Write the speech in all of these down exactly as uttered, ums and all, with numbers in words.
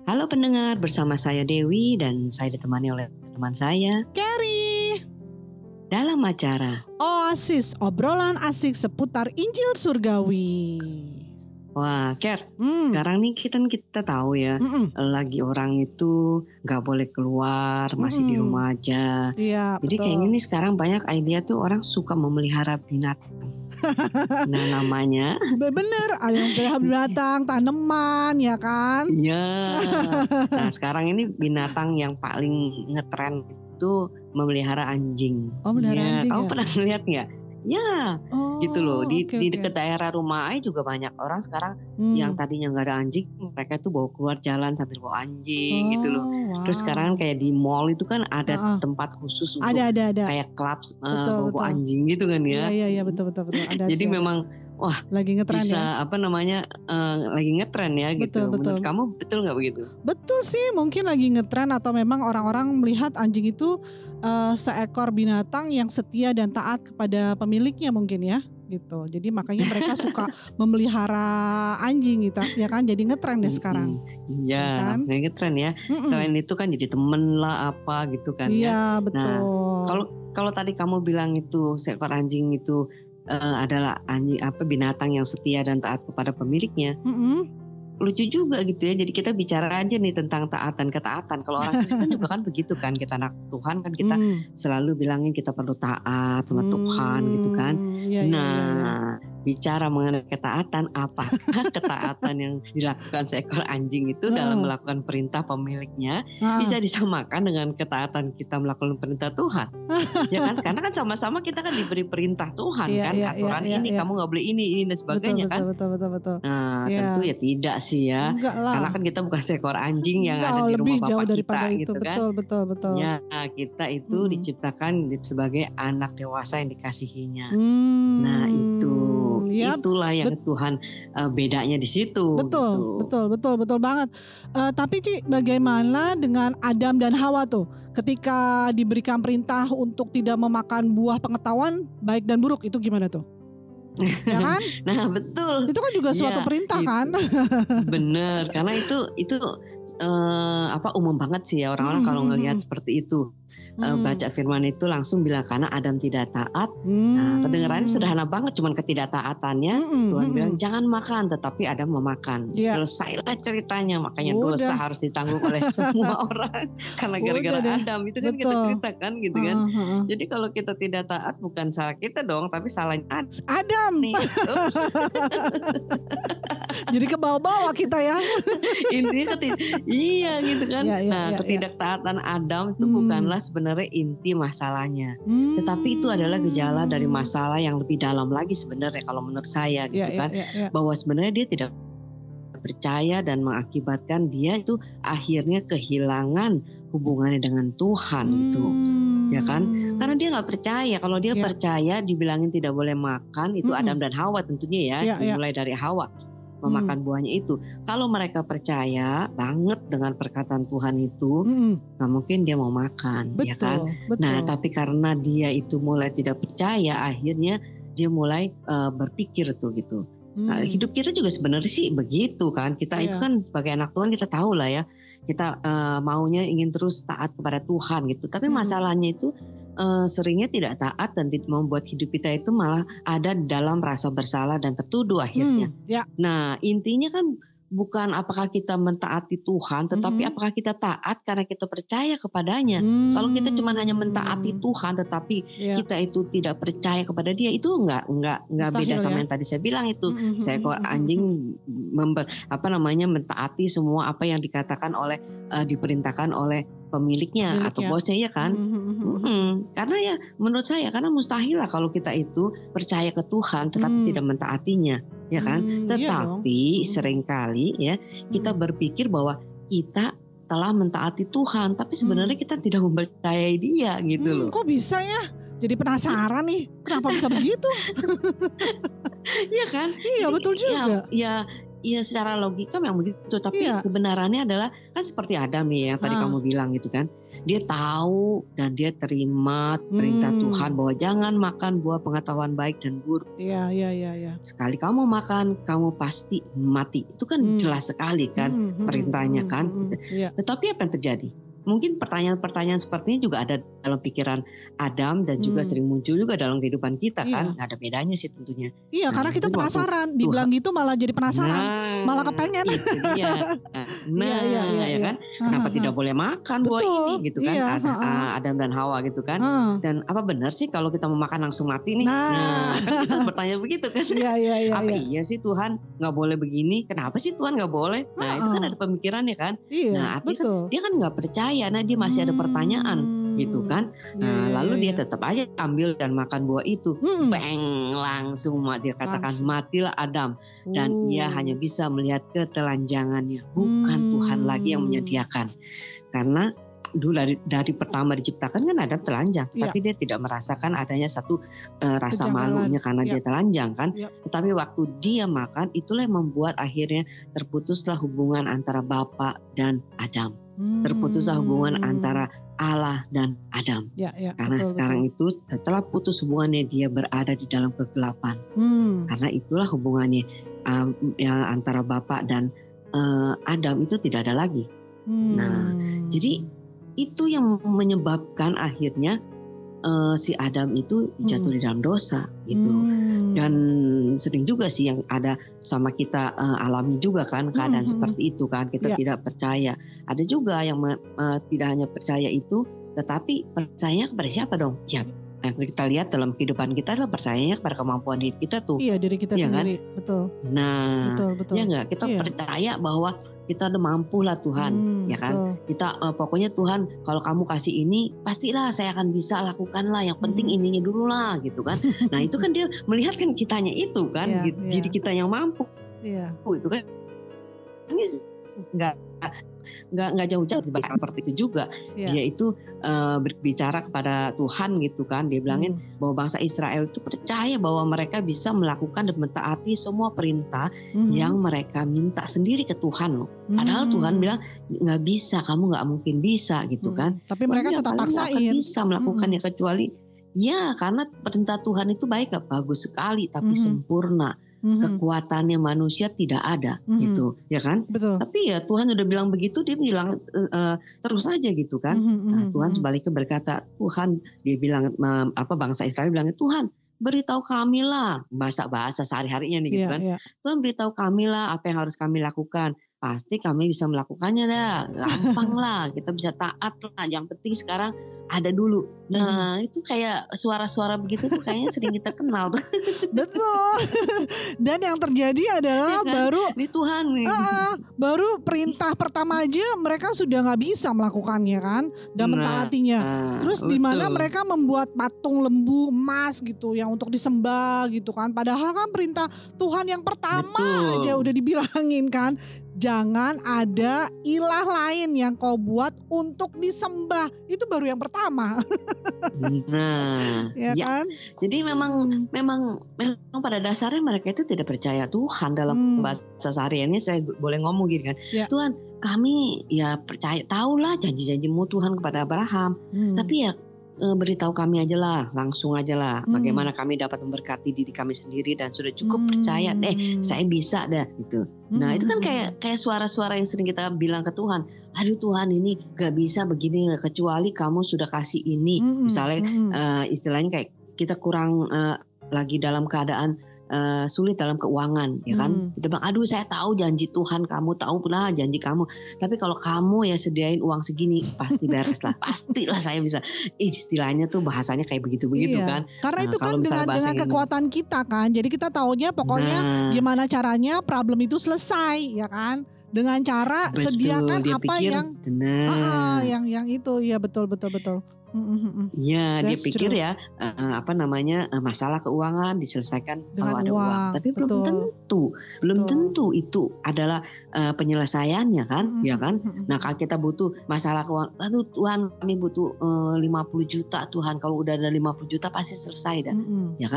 Halo pendengar, bersama saya Dewi dan saya ditemani oleh teman saya Carrie. dalam acara Oasis, obrolan asik seputar Injil Surgawi. Wah, Ker, Hmm. sekarang nih kita kita tahu ya, Mm-mm. lagi orang itu nggak boleh keluar, masih di Mm-mm. rumah aja. Iya, Jadi betul. kayaknya nih sekarang banyak idea tuh orang suka memelihara binatang. Nah namanya, Bener, ada yang pelihara binatang, tanaman, ya kan? iya. Nah sekarang ini binatang yang paling ngetren itu memelihara anjing. Oh, melihara Iya, anjing kamu ya? pernah lihat nggak? Ya, Oh, gitu loh. Di oke, di oke. dekat daerah rumah Ai juga banyak orang sekarang Hmm. yang tadinya nggak ada anjing, mereka tuh bawa keluar jalan sambil bawa anjing gitu loh. Oh, Terus sekarang wow. kayak di mall itu kan ada Heeh. tempat khusus untuk Ada, ada, ada. kayak club eh, Betul, bawa betul. anjing gitu kan Iya, ya. iya, iya, betul, betul, betul. Ada Jadi sih, ada. memang wah Lagi ngetren ya? bisa apa namanya eh, lagi ngetren ya Betul, gitu. betul. Menurut kamu betul nggak begitu? Betul sih, mungkin lagi ngetren atau memang orang-orang melihat anjing itu eh, seekor binatang yang setia dan taat kepada pemiliknya mungkin ya, gitu. Jadi makanya mereka suka memelihara anjing gitu, ya kan? Jadi ngetren deh sekarang, Mm-mm. ya Iya, kan? lagi ngetren ya. Mm-mm. Selain itu kan jadi temen lah apa gitu kan ya. Iya, Nah, betul. kalau kalau tadi kamu bilang itu seekor anjing itu eh, adalah anjing apa binatang yang setia dan taat kepada pemiliknya, Mm-mm. lucu juga gitu ya. Jadi kita bicara aja nih tentang taat dan ketaatan. Kalau orang Kristen juga kan begitu kan, kita anak Tuhan kan kita Hmm. selalu bilangin kita perlu taat sama Tuhan gitu kan. Hmm, iya, iya, iya, iya. Nah, bicara mengenai ketaatan, apakah ketaatan yang dilakukan seekor anjing itu dalam Heeh. melakukan perintah pemiliknya Ah, bisa disamakan dengan ketaatan kita melakukan perintah Tuhan? Ya kan? Karena kan sama-sama kita kan diberi perintah Tuhan Iya, kan, iya, iya, aturan iya, ini iya. kamu nggak boleh ini ini dan Betul, sebagainya betul, kan. betul, betul, betul. Nah, Iya. tentu ya tidak sih ya. Enggak Karena lah. kan kita bukan seekor anjing yang Enggak, ada di lebih rumah jauh bapak daripada kita itu. gitu kan. Betul, betul, betul. Ya, kita itu Mm-mm. diciptakan sebagai anak dewasa yang dikasihinya. Hmm, Nah, itu ya, itulah yang bet- Tuhan eh, bedanya di situ betul, gitu. betul, betul, betul banget. Eh, tapi Ci, bagaimana dengan Adam dan Hawa tuh? Ketika diberikan perintah untuk tidak memakan buah pengetahuan baik dan buruk, itu gimana tuh? Ya kan? Nah, betul. Itu kan juga suatu Iya, perintah itu. kan? Bener, karena itu itu eh, apa umum banget sih ya orang-orang Hmm, kalau hmm, ngelihat hmm. seperti itu. Eh, Hmm. baca firman itu langsung bilang karena Adam tidak taat. Hmm. Nah, kedengarannya sederhana banget, cuman ketidaktaatannya Mm-mm, Tuhan mm-mm. bilang jangan makan, tetapi Adam memakan. Iya. Selesailah ceritanya, makanya Udah. dosa harus ditanggung oleh semua orang karena gara-gara Udah deh. Adam itu kan kita Betul. ceritakan gitu kan. Heeh, heeh. Jadi kalau kita tidak taat bukan salah kita dong, tapi salahnya Adam Adam. nih. Ups. Jadi ke bawah-bawah kita ya. Intinya ketid- iya gitu kan. Iya, iya, Nah, iya, ketidaktaatan Adam itu Hmm. bukanlah sebenarnya inti masalahnya. Hmm. Tetapi itu adalah gejala dari masalah yang lebih dalam lagi sebenarnya kalau menurut saya gitu Iya, iya, kan. iya, iya. Bahwa sebenarnya dia tidak percaya dan mengakibatkan dia itu akhirnya kehilangan hubungannya dengan Tuhan gitu. Ya kan? Karena dia nggak percaya. Kalau dia Iya. percaya dibilangin tidak boleh makan, itu Mm-mm. Adam dan Hawa tentunya ya, Iya, iya. mulai dari Hawa memakan buahnya itu. Kalau mereka percaya banget dengan perkataan Tuhan itu, Mm-mm. nggak mungkin dia mau makan, ya kan? Betul, betul. Nah, tapi karena dia itu mulai tidak percaya, akhirnya dia mulai eh, berpikir tuh gitu. Nah, Hmm. hidup kita juga sebenarnya sih begitu kan. Kita Iya. itu kan sebagai anak Tuhan kita tahu lah ya. Kita eh, maunya ingin terus taat kepada Tuhan gitu. Tapi Hmm. masalahnya itu eh, seringnya tidak taat dan tidak membuat hidup kita itu malah ada dalam rasa bersalah dan tertuduh akhirnya. Hmm, ya. Nah, intinya kan bukan apakah kita mentaati Tuhan, tetapi Mhm. apakah kita taat karena kita percaya kepadanya. Hmm. Kalau kita cuma hanya mentaati Tuhan, tetapi Ya. kita itu tidak percaya kepada Dia, itu nggak nggak nggak beda Mustahil sama ya. yang tadi saya bilang itu. Mhm, Seekor mhm, mhm, anjing mhm. member, apa namanya mentaati semua apa yang dikatakan oleh eh, diperintahkan oleh pemiliknya atau Miliknya. bosnya ya kan. Mhm, mhm, mhm. Mm-mm. Karena ya menurut saya karena mustahil lah kalau kita itu percaya ke Tuhan tetapi Hmm. tidak mentaatinya, ya kan? Hmm, iya dong. Tetapi Hmm. seringkali ya kita Hmm. berpikir bahwa kita telah mentaati Tuhan, tapi sebenarnya kita tidak mempercayai Dia gitu Hmm, loh. kok bisa ya? Jadi penasaran nih, kenapa bisa begitu? Iya kan? Iya, Jadi, betul ya, juga. ya Iya secara logika memang begitu, tapi Iya. kebenarannya adalah kan seperti Adam nih yang tadi Ah. kamu bilang gitu kan. Dia tahu dan dia terima perintah Hmm. Tuhan bahwa jangan makan buah pengetahuan baik dan buruk. Iya, iya, iya, iya. Sekali kamu makan, kamu pasti mati. Itu kan Hmm. jelas sekali kan Hmm, hmm, perintahnya hmm, kan. hmm, hmm. Iya. Tetapi apa yang terjadi? Mungkin pertanyaan-pertanyaan seperti ini juga ada dalam pikiran Adam dan juga Hmm. sering muncul juga dalam kehidupan kita kan. Iya. Nggak ada bedanya sih tentunya. Iya, Nah karena kita itu waktu penasaran, dibilang Tuhan. gitu malah jadi penasaran, Nah malah kepengen. itu dia. Nah Iya, iya, iya, ya iya. kan. Ha, Kenapa ha, tidak ha. boleh makan buah Betul, ini gitu kan. iya, Ada, ha, ha. ah, Adam dan Hawa gitu kan. Ha. Dan apa benar sih kalau kita mau makan langsung mati nih? Nah. Nah kan kita bertanya begitu kan. Iya, iya, iya, Apa iya. iya sih Tuhan nggak boleh begini? Kenapa sih Tuhan nggak boleh? Nah itu kan Ha-ha. ada pemikirannya kan. Iya, Nah artinya kan betul. dia kan nggak percaya. Nah dia masih ada pertanyaan gitu Hmm. kan. Iya, Nah iya, lalu iya, dia iya. tetap aja ambil dan makan buah itu. Hmm. Bang langsung dia katakan Langsung. matilah Adam. Dan ia Oh. hanya bisa melihat ketelanjangannya. Bukan Tuhan lagi yang Hmm. menyediakan. Karena dulu dari, dari pertama diciptakan kan Adam telanjang. Iya. Tapi dia tidak merasakan adanya satu eh, rasa Kejanggalan. malunya karena Iya. dia telanjang kan. Iya. Tetapi waktu dia makan itulah yang membuat akhirnya terputuslah hubungan antara Bapa dan Adam. Terputuslah hubungan Hmm. antara Allah dan Adam. Ya, ya, Karena betul, sekarang betul. itu setelah putus hubungannya dia berada di dalam kegelapan. Hmm. Karena itulah hubungannya um, yang antara Bapa dan uh, Adam itu tidak ada lagi. Hmm. Nah, jadi itu yang menyebabkan akhirnya uh, si Adam itu jatuh Hmm. di dalam dosa gitu. Hmm. Dan sering juga sih yang ada sama kita uh, alami juga kan keadaan Hmm. seperti itu kan. Kita Ya. tidak percaya. Ada juga yang me- uh, tidak hanya percaya itu, tetapi percaya kepada siapa dong? Ya, yang kita lihat dalam kehidupan kita adalah percayanya kepada kemampuan diri kita tuh. Iya, diri kita Iya kan? sendiri, betul, Nah, betul, betul. ya enggak, kita Iya. percaya bahwa kita udah mampu lah Tuhan, Hmm, ya kan? betul. Kita uh, pokoknya Tuhan, kalau kamu kasih ini, pastilah saya akan bisa lakukan lah. Yang penting Hmm. ininya dulu lah, gitu kan? Nah itu kan dia melihatkan kitanya itu kan, Iya, gitu, iya. diri kita yang mampu, Iya. itu kan? Ini nggak nggak nggak jauh-jauh seperti itu juga. Iya. Dia itu uh, berbicara kepada Tuhan gitu kan, dia bilangin Hmm. bahwa bangsa Israel itu percaya bahwa mereka bisa melakukan dan mentaati semua perintah Mhm. yang mereka minta sendiri ke Tuhan loh. Padahal Hmm. Tuhan bilang nggak bisa, kamu nggak mungkin bisa gitu Hmm. kan. Tapi mereka Tuhan bilang, tetap kalian nggak akan paksain. bisa melakukannya kecuali ya karena perintah Tuhan itu baik, gak bagus sekali tapi Mhm. sempurna. Mhm. Kekuatannya manusia tidak ada Mhm. gitu, ya kan? Betul. Tapi ya Tuhan udah bilang begitu, dia bilang eh, eh, terus aja gitu kan. Mhm, Nah, mhm, Tuhan mhm. sebaliknya berkata, Tuhan dia bilang em, apa bangsa Israel bilang, Tuhan beritahu kami lah bahasa-bahasa sehari-harinya nih gitu Iya, kan. iya. Tuhan beritahu kami lah apa yang harus kami lakukan. Pasti kami bisa melakukannya dah. Gampang lah, kita bisa taat lah. Yang penting sekarang ada dulu. Nah itu kayak suara-suara begitu tuh kayaknya sering kita kenal tuh. Betul. Dan yang terjadi adalah Iya kan? baru Ini Tuhan nih. Ah, ah, baru perintah pertama aja mereka sudah nggak bisa melakukannya kan dan Nah, mentaatinya. Nah, Terus di mana betul. mereka membuat patung lembu emas gitu yang untuk disembah gitu kan. Padahal kan perintah Tuhan yang pertama Betul. aja udah dibilangin kan, jangan ada ilah lain yang kau buat untuk disembah. Itu baru yang pertama, Nah, ya, ya, kan? jadi memang Hmm. memang memang pada dasarnya mereka itu tidak percaya Tuhan dalam Hmm. bahasa sehariannya saya boleh ngomong gini kan. Ya. Tuhan, kami ya percaya tahulah janji-janjimu Tuhan kepada Abraham. Hmm. Tapi ya eh, beritahu kami aja lah, langsung aja lah Hmm. bagaimana kami dapat memberkati diri kami sendiri dan sudah cukup percaya deh, Hmm. saya bisa dah gitu. Nah, Hmm. itu kan kayak kayak suara-suara yang sering kita bilang ke Tuhan, aduh Tuhan ini gak bisa begini kecuali kamu sudah kasih ini. Hmm. Misalnya Hmm. eh, istilahnya kayak kita kurang eh, lagi dalam keadaan eh, sulit dalam keuangan, ya kan? Hmm. Kita bilang, aduh saya tahu janji Tuhan, kamu tahu pula janji kamu. Tapi kalau kamu ya sediain uang segini, pasti beres lah, pastilah saya bisa. Istilahnya tuh bahasanya kayak begitu-begitu Iya. kan? Karena Nah, itu kan kalau misalnya dengan bahasa dengan Inggris- kekuatan kita kan. Jadi kita taunya pokoknya Nah, gimana caranya problem itu selesai, ya kan? Dengan cara betul, sediakan dia apa pikir yang benar. ah, ah, yang yang itu, ya betul betul betul. Mm, mm, mm, mm. Ya, dia That's pikir true. ya eh, apa namanya eh, masalah keuangan diselesaikan Dengan kalau ada uang. uang, Tapi belum betul. tentu, belum Betul. tentu itu adalah eh, penyelesaiannya kan, Mm, ya mm, kan? mm, mm, Nah, kalau kita butuh masalah keuangan, aduh Tuhan kami butuh eh, lima puluh juta Tuhan. Kalau udah ada lima puluh juta pasti selesai dah, mm, mm. ya kan?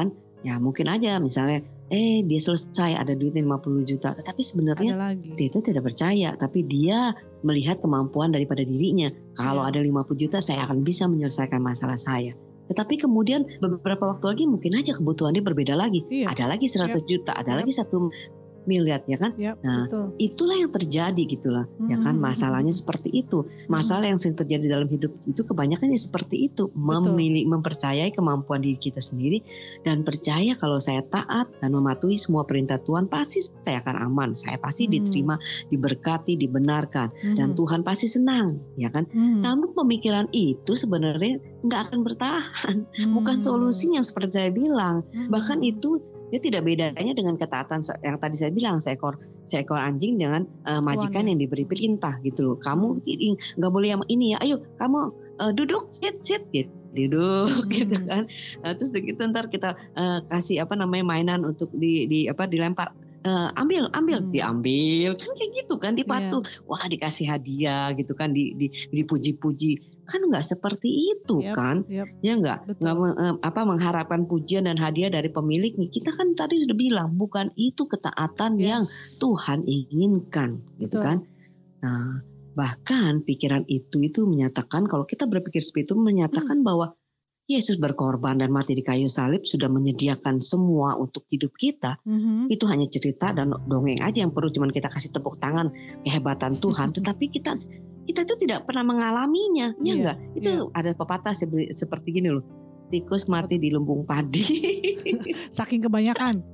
Ya mungkin aja misalnya, eh dia selesai ada duitnya lima puluh juta. Tetapi Ada sebenarnya lagi. dia itu tidak percaya. Tapi dia melihat kemampuan daripada dirinya. Kalau Ya. ada lima puluh juta saya akan bisa menyelesaikan masalah saya. Tetapi kemudian beberapa waktu lagi mungkin aja kebutuhannya berbeda lagi. Iya. Ada lagi seratus juta, ada Yap. lagi satu miliar ya kan. Yap, Nah betul. itulah yang terjadi gitu lah ya kan, Mhm, masalahnya mhm. seperti itu. Masalah yang sering terjadi dalam hidup itu kebanyakan ya seperti itu, Betul. memilih mempercayai kemampuan diri kita sendiri dan percaya kalau saya taat dan mematuhi semua perintah Tuhan pasti saya akan aman, saya pasti Hmm. diterima, diberkati, dibenarkan dan Mhm. Tuhan pasti senang ya kan. Mhm. Namun pemikiran itu sebenarnya nggak akan bertahan, bukan Hmm. solusinya seperti saya bilang. Mhm. Bahkan itu dia tidak bedanya dengan ketaatan se- yang tadi saya bilang, seekor seekor anjing dengan eh, majikan Tuannya. yang diberi perintah gitu loh. Kamu ini nggak boleh yang ini ya, ayo kamu eh, duduk, sit sit gitu. Duduk gitu Hmm. kan. Nah, terus begitu ntar kita eh, kasih apa namanya mainan untuk di, di apa dilempar. Eh, ambil ambil Hmm. diambil kan kayak gitu kan, Iya. dipatuh, wah dikasih hadiah gitu kan, di, di dipuji-puji kan, nggak seperti itu Yap, kan yap. ya nggak Betul. nggak me- eh, apa mengharapkan pujian dan hadiah dari pemiliknya. Kita kan tadi sudah bilang bukan itu ketaatan yang Yes. Tuhan inginkan gitu Betul. kan. Nah bahkan pikiran itu itu menyatakan, kalau kita berpikir seperti itu menyatakan bahwa Yesus berkorban dan mati di kayu salib sudah menyediakan semua untuk hidup kita. Mhm. Itu hanya cerita dan dongeng aja yang perlu cuman kita kasih tepuk tangan kehebatan Tuhan. Tetapi kita kita itu tidak pernah mengalaminya, ya Iya, enggak? Itu ada pepatah sebe- seperti gini loh. Tikus Apa mati tuh? di lumbung padi. Saking kebanyakan.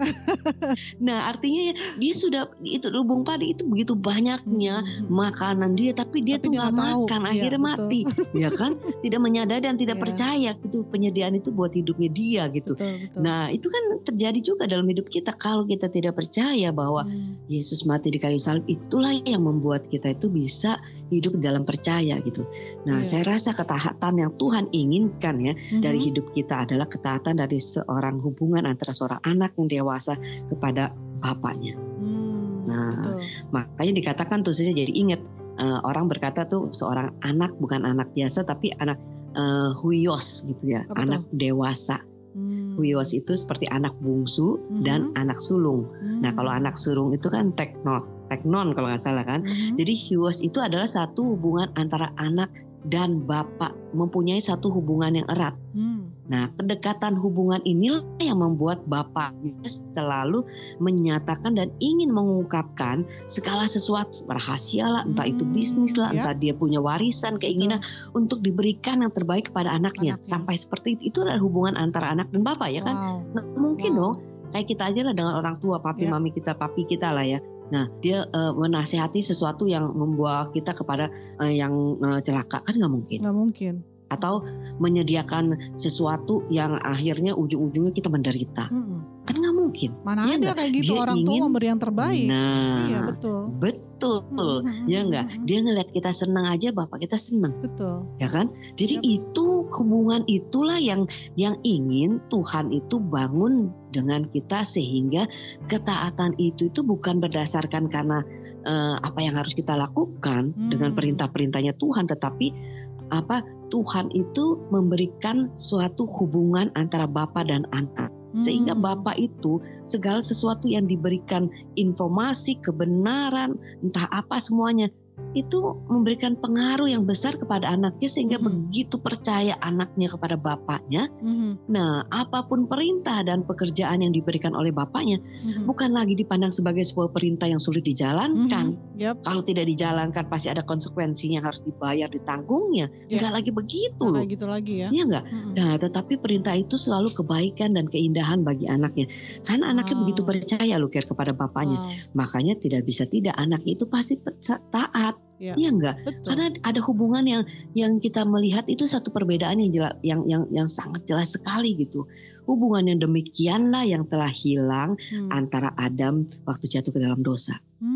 Nah artinya dia sudah, itu lumbung padi itu begitu banyaknya Mhm. makanan dia, tapi dia Tapi tuh dia nggak nggak tahu. makan, Iya, akhirnya betul. mati, ya kan? Tidak menyadari dan tidak Iya. percaya gitu penyediaan itu buat hidupnya dia gitu. Betul, betul. Nah itu kan terjadi juga dalam hidup kita kalau kita tidak percaya bahwa Hmm. Yesus mati di kayu salib, itulah yang membuat kita itu bisa hidup dalam percaya gitu. Nah Iya. saya rasa ketaatan yang Tuhan inginkan ya Mhm. dari hidup kita adalah ketaatan dari seorang hubungan antara seorang anak yang dewasa kepada bapaknya. Hmm, Nah betul. makanya dikatakan tuh, saya jadi ingat eh, orang berkata tuh seorang anak bukan anak biasa tapi anak eh, huios gitu ya, Apa anak tuh? dewasa. Hmm. Huios itu seperti anak bungsu Mhm. dan anak sulung. Nah kalau Hmm. anak sulung itu kan teknon, teknon kalau nggak salah kan. Mhm. Jadi huios itu adalah satu hubungan antara anak dan bapak, mempunyai satu hubungan yang erat. Hmm. Nah kedekatan hubungan inilah yang membuat bapaknya selalu menyatakan dan ingin mengungkapkan segala sesuatu, rahasia lah, entah itu Hmm, bisnis lah, yap. entah dia punya warisan, keinginan untuk diberikan yang terbaik kepada anaknya. Anaknya. Sampai seperti itu, itu adalah hubungan antara anak dan bapak ya kan. Wow. Nggak mungkin Wow. dong kayak kita aja lah dengan orang tua, papi Yap. mami kita, papi kita lah ya. Nah dia eh, menasehati sesuatu yang membawa kita kepada eh, yang eh, celaka, kan nggak mungkin. Nggak mungkin. Atau menyediakan sesuatu yang akhirnya ujung-ujungnya kita menderita, Mm-mm. kan nggak mungkin. Mana Iya ada nggak? kayak gitu, Dia orang tua ingin- memberi yang terbaik. Nah Iya, betul. betul, Mm-mm. ya nggak? Dia ngeliat kita senang aja, bapak kita senang, Betul. ya kan? Jadi Yap. itu hubungan itulah yang yang ingin Tuhan itu bangun dengan kita, sehingga ketaatan itu itu bukan berdasarkan karena eh, apa yang harus kita lakukan Hmm. dengan perintah-perintahnya Tuhan, tetapi apa Tuhan itu memberikan suatu hubungan antara bapa dan anak. Sehingga Hmm. bapak itu segala sesuatu yang diberikan informasi, kebenaran, entah apa semuanya, itu memberikan pengaruh yang besar kepada anaknya, sehingga Mhm. begitu percaya anaknya kepada bapaknya. Mhm. Nah apapun perintah dan pekerjaan yang diberikan oleh bapaknya Mhm. bukan lagi dipandang sebagai sebuah perintah yang sulit dijalankan. Mhm. Yap. Kalau tidak dijalankan pasti ada konsekuensinya, harus dibayar, ditanggungnya. Ya. Enggak lagi begitu Nggak loh. kayak gitu lagi ya. Iya enggak? Mm-mm. Nah, tetapi perintah itu selalu kebaikan dan keindahan bagi anaknya. Karena anaknya Wow. begitu percaya loh Ker, kepada bapaknya. Wow. Makanya tidak bisa tidak, anaknya itu pasti perca- taat. Ya. Iya enggak? Betul. Karena ada hubungan yang yang kita melihat itu satu perbedaan yang jelas, yang yang yang sangat jelas sekali gitu. Hubungan yang demikianlah yang telah hilang Hmm. antara Adam waktu jatuh ke dalam dosa.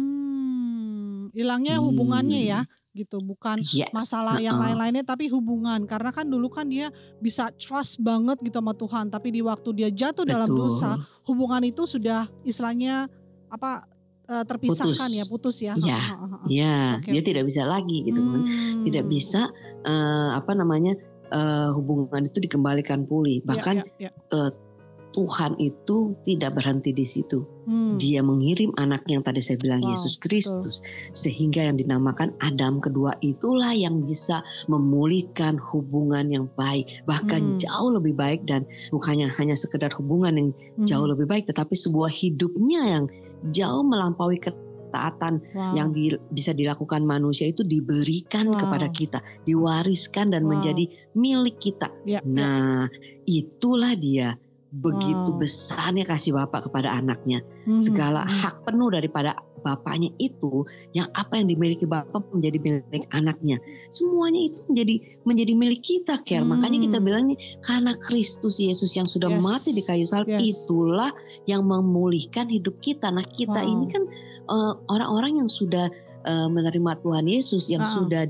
Hmm. Hilangnya Hmm. hubungannya ya, gitu. Bukan Yes. masalah yang Heeh. lain-lainnya, tapi hubungan. Karena kan dulu kan dia bisa trust banget gitu sama Tuhan, tapi di waktu dia jatuh dalam Betul. dosa, hubungan itu sudah istilahnya apa eh, terpisahkan Putus. ya, putus ya. Iya. Heeh, heeh, heeh. Ya, Oke, dia oke. tidak bisa lagi gitu kan. Hmm. Tidak bisa eh, apa namanya eh, hubungan itu dikembalikan pulih. Ya, Bahkan ya, ya. eh, Tuhan itu tidak berhenti di situ. Hmm. Dia mengirim anaknya yang tadi saya bilang, Wow, Yesus Kristus. Sehingga yang dinamakan Adam kedua itulah yang bisa memulihkan hubungan yang baik. Bahkan Hmm. jauh lebih baik, dan bukannya hanya sekedar hubungan yang Hmm. jauh lebih baik, tetapi sebuah hidupnya yang jauh melampaui ketaatan Wow. yang di, bisa dilakukan manusia itu diberikan Wow. kepada kita. Diwariskan dan Wow. menjadi milik kita. Ya, ya. Nah, itulah dia. Begitu Wow. besarnya kasih Bapa kepada anaknya. Mhm, Segala mhm. hak penuh daripada Bapaknya itu, yang apa yang dimiliki Bapa menjadi milik anaknya. Semuanya itu menjadi menjadi milik kita, Ker. Makanya kita Hmm. bilang nih, karena Kristus Yesus yang sudah Yes. mati di kayu salib, Yes. itulah yang memulihkan hidup kita. Nah, kita Wow. ini kan uh, orang-orang yang sudah uh, menerima Tuhan Yesus, yang Uh-uh. sudah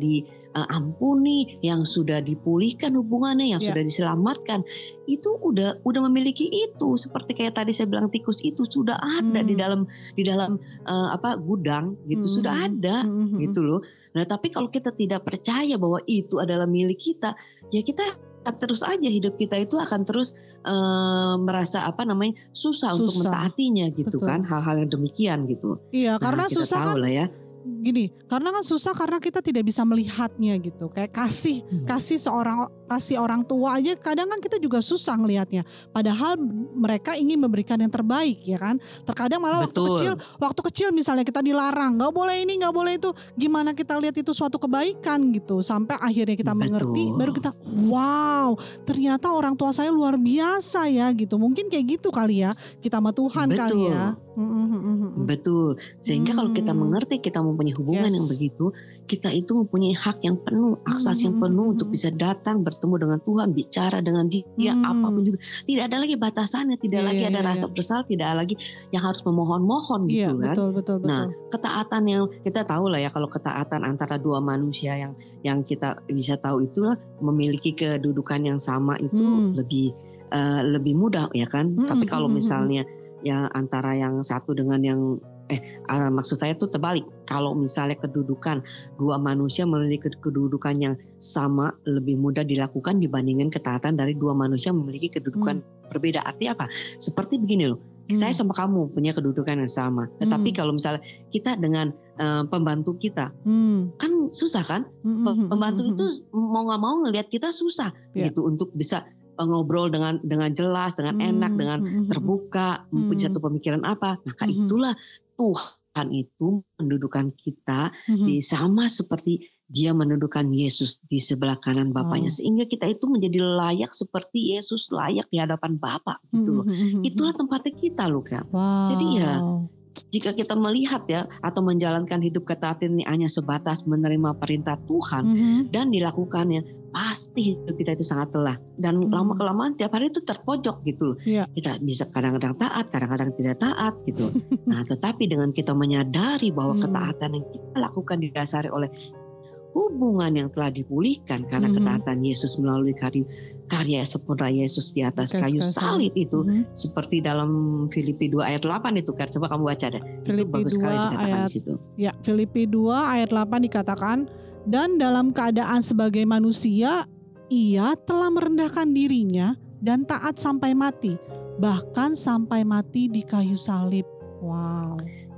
diampuni, yang sudah dipulihkan hubungannya, yang Ya. sudah diselamatkan. Itu udah udah memiliki itu, seperti kayak tadi saya bilang tikus itu sudah ada Hmm. di dalam di dalam uh, apa gudang gitu, Hmm. sudah ada Hmm, hmm, gitu loh. Nah, tapi kalau kita tidak percaya bahwa itu adalah milik kita, ya kita akan terus aja hidup kita itu akan terus uh, merasa apa namanya susah, untuk Susah. mentaatinya gitu Betul. kan, hal-hal yang demikian gitu. Iya, Nah, karena kita susah tahu kan lah ya. gini, karena kan susah karena kita tidak bisa melihatnya gitu. Kayak kasih, Hmm. kasih seorang kasih orang tua aja kadang kan kita juga susah ngelihatnya. Padahal mereka ingin memberikan yang terbaik, ya kan? Terkadang malah waktu Betul. kecil, waktu kecil misalnya kita dilarang, nggak boleh ini, nggak boleh itu. Gimana kita lihat itu suatu kebaikan gitu. Sampai akhirnya kita mengerti, Betul. baru kita wow, ternyata orang tua saya luar biasa ya gitu. Mungkin kayak gitu kali ya, kita sama Tuhan kali Betul. ya. Mm, mm, mm, mm, mm. Betul. Sehingga kalau kita Hmm. mengerti, kita mempunyai hubungan yang Yes. begitu, kita itu mempunyai hak yang penuh, akses yang Hmm, penuh hmm, untuk hmm. bisa datang bertemu dengan Tuhan, bicara dengan Dia, apapun Hmm. juga. Tidak ada lagi batasannya, tidak Iya, lagi iya, ada iya, rasa iya. bersalah, tidak lagi yang harus memohon-mohon Iya, gitu kan. betul, betul, Nah, betul. ketaatan yang kita tahu lah ya, kalau ketaatan antara dua manusia yang yang kita bisa tahu itulah memiliki kedudukan yang sama itu Hmm. lebih eh, lebih mudah ya kan. Hmm, Tapi hmm, kalau hmm, hmm, hmm. misalnya yang antara yang satu dengan yang eh uh, maksud saya tuh terbalik. Kalau misalnya kedudukan dua manusia memiliki kedudukan yang sama, lebih mudah dilakukan dibandingkan ketaatan dari dua manusia memiliki kedudukan Hmm. berbeda. Artinya apa? Seperti begini loh. Hmm. Saya sama kamu punya kedudukan yang sama. Tetapi Hmm. kalau misalnya kita dengan uh, pembantu kita, Hmm. kan susah kan? Hmm, hmm, Pe- hmm, Pembantu hmm, itu hmm. mau nggak mau ngelihat kita susah Ya. gitu untuk bisa uh, ngobrol dengan dengan jelas, dengan enak, Hmm, dengan hmm, hmm, hmm. terbuka, mempunyai Hmm. satu pemikiran apa. Maka Hmm. itulah Tuhan itu mendudukan kita Hmm. di sama seperti Dia mendudukan Yesus di sebelah kanan Bapaknya, Wow. sehingga kita itu menjadi layak seperti Yesus layak di hadapan Bapa gitu Hmm, loh. hmm, hmm, hmm. Itulah tempatnya kita loh Kak. Wow. Jadi ya jika kita melihat ya atau menjalankan hidup ketaatan ini hanya sebatas menerima perintah Tuhan Hmm. dan dilakukannya, pasti hidup kita itu sangat lelah dan Hmm. lama kelamaan tiap hari itu terpojok gitu loh. Iya. Kita bisa kadang-kadang taat, kadang-kadang tidak taat gitu. Nah, tetapi dengan kita menyadari bahwa Hmm. ketaatan yang kita lakukan didasari oleh hubungan yang telah dipulihkan karena Mhm. ketaatan Yesus melalui karya, karya sempurna Yesus di atas Di atas kayu kayu salib itu, Mhm. seperti dalam Filipi dua ayat delapan itu kan, coba kamu baca deh. Itu Filipi bagus sekali dua dikatakan ayat di situ. Ya, Filipi dua ayat delapan dikatakan, dan dalam keadaan sebagai manusia, ia telah merendahkan dirinya dan taat sampai mati, bahkan sampai mati di kayu salib. Wow.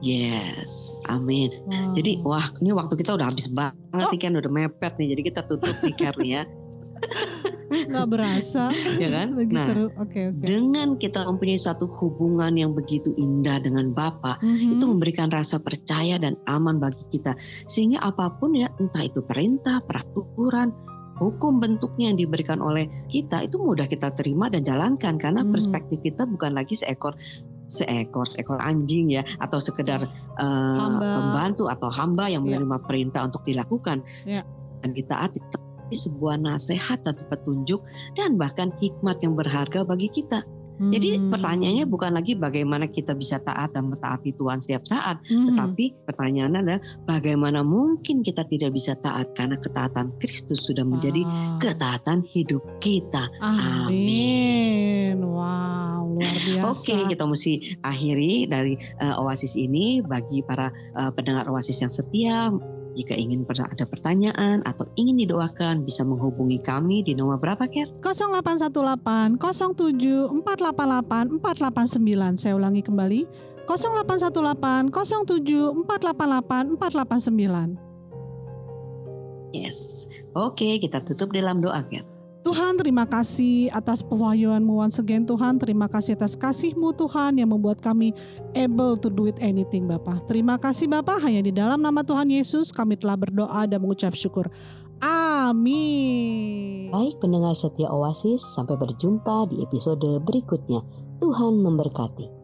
Yes, amin. Wow. Jadi wah ini waktu kita udah habis banget Oh. nih kan, udah mepet nih. Jadi kita tutup nih Karen ya. Nggak berasa. Ya kan? Lagi Nah, seru. Oke, oke. dengan kita mempunyai satu hubungan yang begitu indah dengan Bapa, Mhm. itu memberikan rasa percaya dan aman bagi kita. Sehingga apapun ya, entah itu perintah, peraturan, hukum bentuknya yang diberikan oleh kita, itu mudah kita terima dan jalankan. Karena Mhm. perspektif kita bukan lagi seekor seekor seekor anjing ya, atau sekedar uh, Hamba. pembantu atau hamba yang Ya. menerima perintah untuk dilakukan Ya. dan ditaati, tapi sebuah nasihat dan petunjuk dan bahkan hikmat yang berharga bagi kita. Jadi Hmm. pertanyaannya bukan lagi bagaimana kita bisa taat dan mentaati Tuhan setiap saat, Mhm. tetapi pertanyaannya adalah bagaimana mungkin kita tidak bisa taat karena ketaatan Kristus sudah menjadi Wow. ketaatan hidup kita. Amin. Wow, luar biasa. Oke, kita mesti akhiri dari uh, Oasis ini. Bagi para uh, pendengar Oasis yang setia, Jika ingin ada pertanyaan atau ingin didoakan, bisa menghubungi kami di nomor berapa, Ker? nol delapan satu delapan nol tujuh empat delapan delapan empat delapan sembilan. Saya ulangi kembali. nol delapan satu delapan nol tujuh empat delapan delapan empat delapan sembilan. Yes. Oke, kita tutup dalam doa, Ker. Tuhan, terima kasih atas pewahyuan-Mu once again, Tuhan. Terima kasih atas kasih-Mu, Tuhan, yang membuat kami able to do it anything, Bapa. Terima kasih, Bapa. Hanya di dalam nama Tuhan Yesus kami telah berdoa dan mengucap syukur. Amin. Baik pendengar setia Oasis, sampai berjumpa di episode berikutnya. Tuhan memberkati.